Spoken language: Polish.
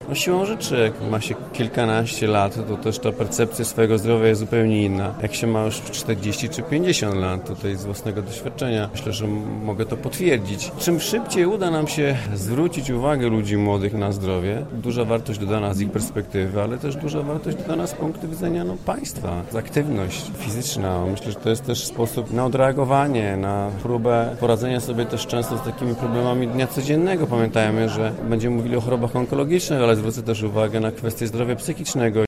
No siłą rzeczy, jak ma się kilkanaście lat, to też ta percepcja swojego zdrowia jest zupełnie inna. Jak się ma już 40 czy 50 lat, tutaj z własnego doświadczenia, myślę, że mogę to potwierdzić. Czym szybciej uda nam się zwrócić uwagę ludzi młodych na zdrowie, duża wartość dodana z ich perspektywy, ale też duża wartość dodana z punktu widzenia państwa. Aktywność fizyczna, myślę, że to jest też sposób na odreagowanie, na próbę poradzenia sobie też często z takimi problemami dnia codziennego. Pamiętajmy, że będziemy mówili o chorobach onkologicznych, ale zwrócę też uwagę na kwestię zdrowia psychicznego.